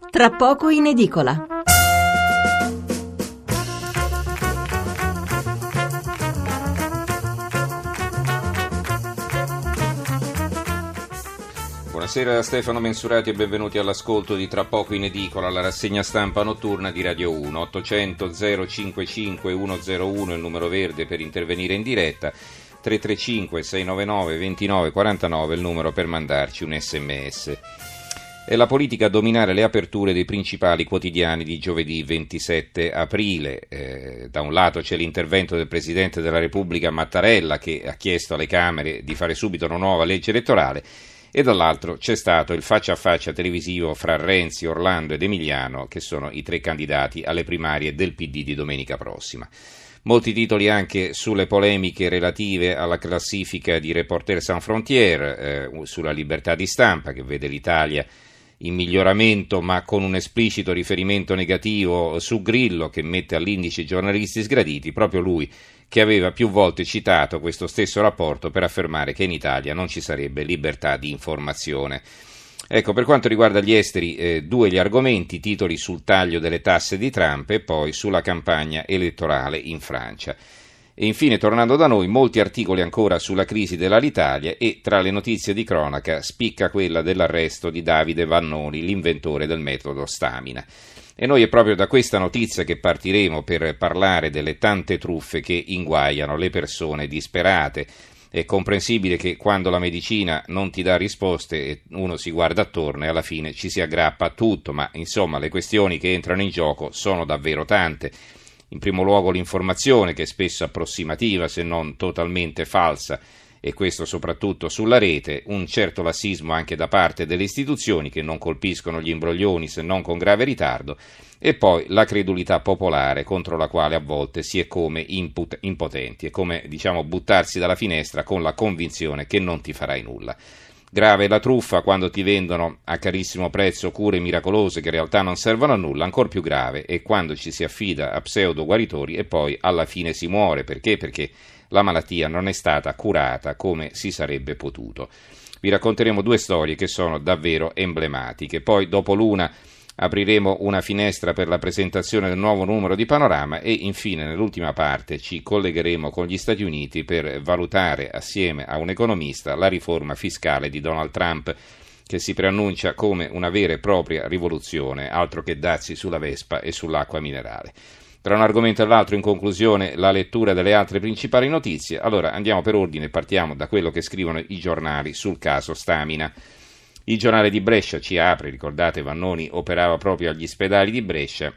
Tra poco in edicola. Buonasera da Stefano Mensurati e benvenuti all'ascolto di Tra poco in edicola, la rassegna stampa notturna di Radio 1. 800 055 101 il numero verde per intervenire in diretta, 335 699 2949 il numero per mandarci un sms. È la politica a dominare le aperture dei principali quotidiani di giovedì 27 aprile. Da un lato c'è l'intervento del Presidente della Repubblica Mattarella, che ha chiesto alle Camere di fare subito una nuova legge elettorale, e dall'altro c'è stato il faccia a faccia televisivo fra Renzi, Orlando ed Emiliano, che sono i tre candidati alle primarie del PD di domenica prossima. Molti titoli anche sulle polemiche relative alla classifica di Reporters Sans Frontières, sulla libertà di stampa, che vede l'Italia in miglioramento ma con un esplicito riferimento negativo su Grillo, che mette all'indice i giornalisti sgraditi, proprio lui che aveva più volte citato questo stesso rapporto per affermare che in Italia non ci sarebbe libertà di informazione. Ecco, per quanto riguarda gli esteri, due gli argomenti, titoli sul taglio delle tasse di Trump e poi sulla campagna elettorale in Francia. E infine, tornando da noi, molti articoli ancora sulla crisi dell'Alitalia e tra le notizie di cronaca spicca quella dell'arresto di Davide Vannoni, l'inventore del metodo Stamina. E noi è proprio da questa notizia che partiremo per parlare delle tante truffe che inguaiano le persone disperate. È comprensibile che quando la medicina non ti dà risposte uno si guarda attorno e alla fine ci si aggrappa a tutto, ma insomma le questioni che entrano in gioco sono davvero tante. In primo luogo l'informazione, che è spesso approssimativa se non totalmente falsa, e questo soprattutto sulla rete, un certo lassismo anche da parte delle istituzioni che non colpiscono gli imbroglioni se non con grave ritardo, e poi la credulità popolare contro la quale a volte si è come impotenti, è come buttarsi dalla finestra con la convinzione che non ti farai nulla. Grave è la truffa quando ti vendono a carissimo prezzo cure miracolose che in realtà non servono a nulla, ancor più grave è quando ci si affida a pseudo guaritori e poi alla fine si muore. Perché? Perché la malattia non è stata curata come si sarebbe potuto. Vi racconteremo due storie che sono davvero emblematiche, poi dopo l'una apriremo una finestra per la presentazione del nuovo numero di Panorama e infine nell'ultima parte ci collegheremo con gli Stati Uniti per valutare assieme a un economista la riforma fiscale di Donald Trump, che si preannuncia come una vera e propria rivoluzione, altro che dazi sulla Vespa e sull'acqua minerale. Tra un argomento e l'altro, in conclusione, la lettura delle altre principali notizie. Allora andiamo per ordine e partiamo da quello che scrivono i giornali sul caso Stamina. Il giornale di Brescia ci apre, ricordate Vannoni operava proprio agli ospedali di Brescia,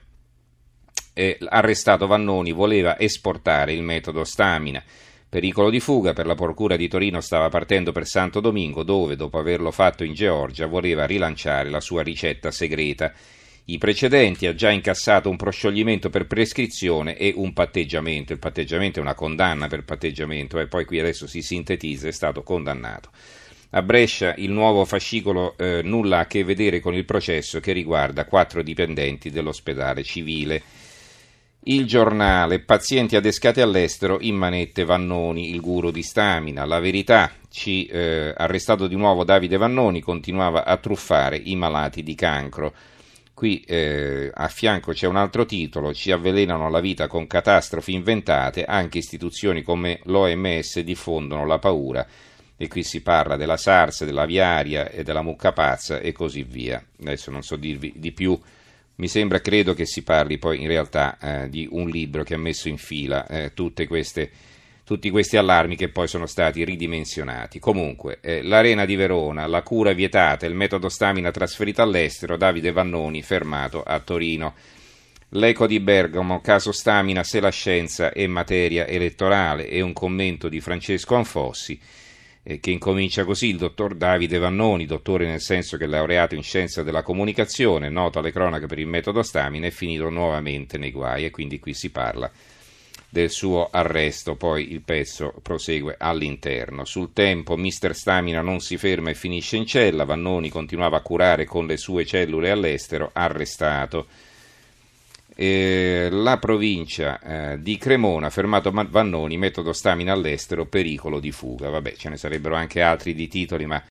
arrestato Vannoni voleva esportare il metodo Stamina, pericolo di fuga, per la procura di Torino stava partendo per Santo Domingo dove dopo averlo fatto in Georgia voleva rilanciare la sua ricetta segreta. I precedenti, ha già incassato un proscioglimento per prescrizione e un patteggiamento, il patteggiamento è una condanna per patteggiamento e poi qui adesso si sintetizza, è stato condannato. A Brescia il nuovo fascicolo nulla a che vedere con il processo che riguarda 4 dipendenti dell'ospedale civile. Il giornale, pazienti adescati all'estero, in manette Vannoni, il guru di Stamina. La Verità, arrestato di nuovo Davide Vannoni, continuava a truffare i malati di cancro. Qui a fianco c'è un altro titolo, ci avvelenano la vita con catastrofi inventate, anche istituzioni come l'OMS diffondono la paura. E qui si parla della SARS, dell'aviaria e della mucca pazza e così via. Adesso non so dirvi di più, mi sembra, credo che si parli poi in realtà di un libro che ha messo in fila tutti questi allarmi che poi sono stati ridimensionati. Comunque, l'Arena di Verona, la cura vietata, il metodo Stamina trasferito all'estero, Davide Vannoni fermato a Torino. L'Eco di Bergamo, caso Stamina se la scienza è materia elettorale, e un commento di Francesco Anfossi, che incomincia così: il dottor Davide Vannoni, dottore nel senso che è laureato in scienza della comunicazione, noto alle cronache per il metodo Stamina, è finito nuovamente nei guai, e quindi qui si parla del suo arresto. Poi il pezzo prosegue all'interno. Sul Tempo, mister Stamina non si ferma e finisce in cella, Vannoni continuava a curare con le sue cellule all'estero, arrestato. La provincia di Cremona, fermato Vannoni, metodo Stamina all'estero, pericolo di fuga. Vabbè, ce ne sarebbero anche altri di titoli, ma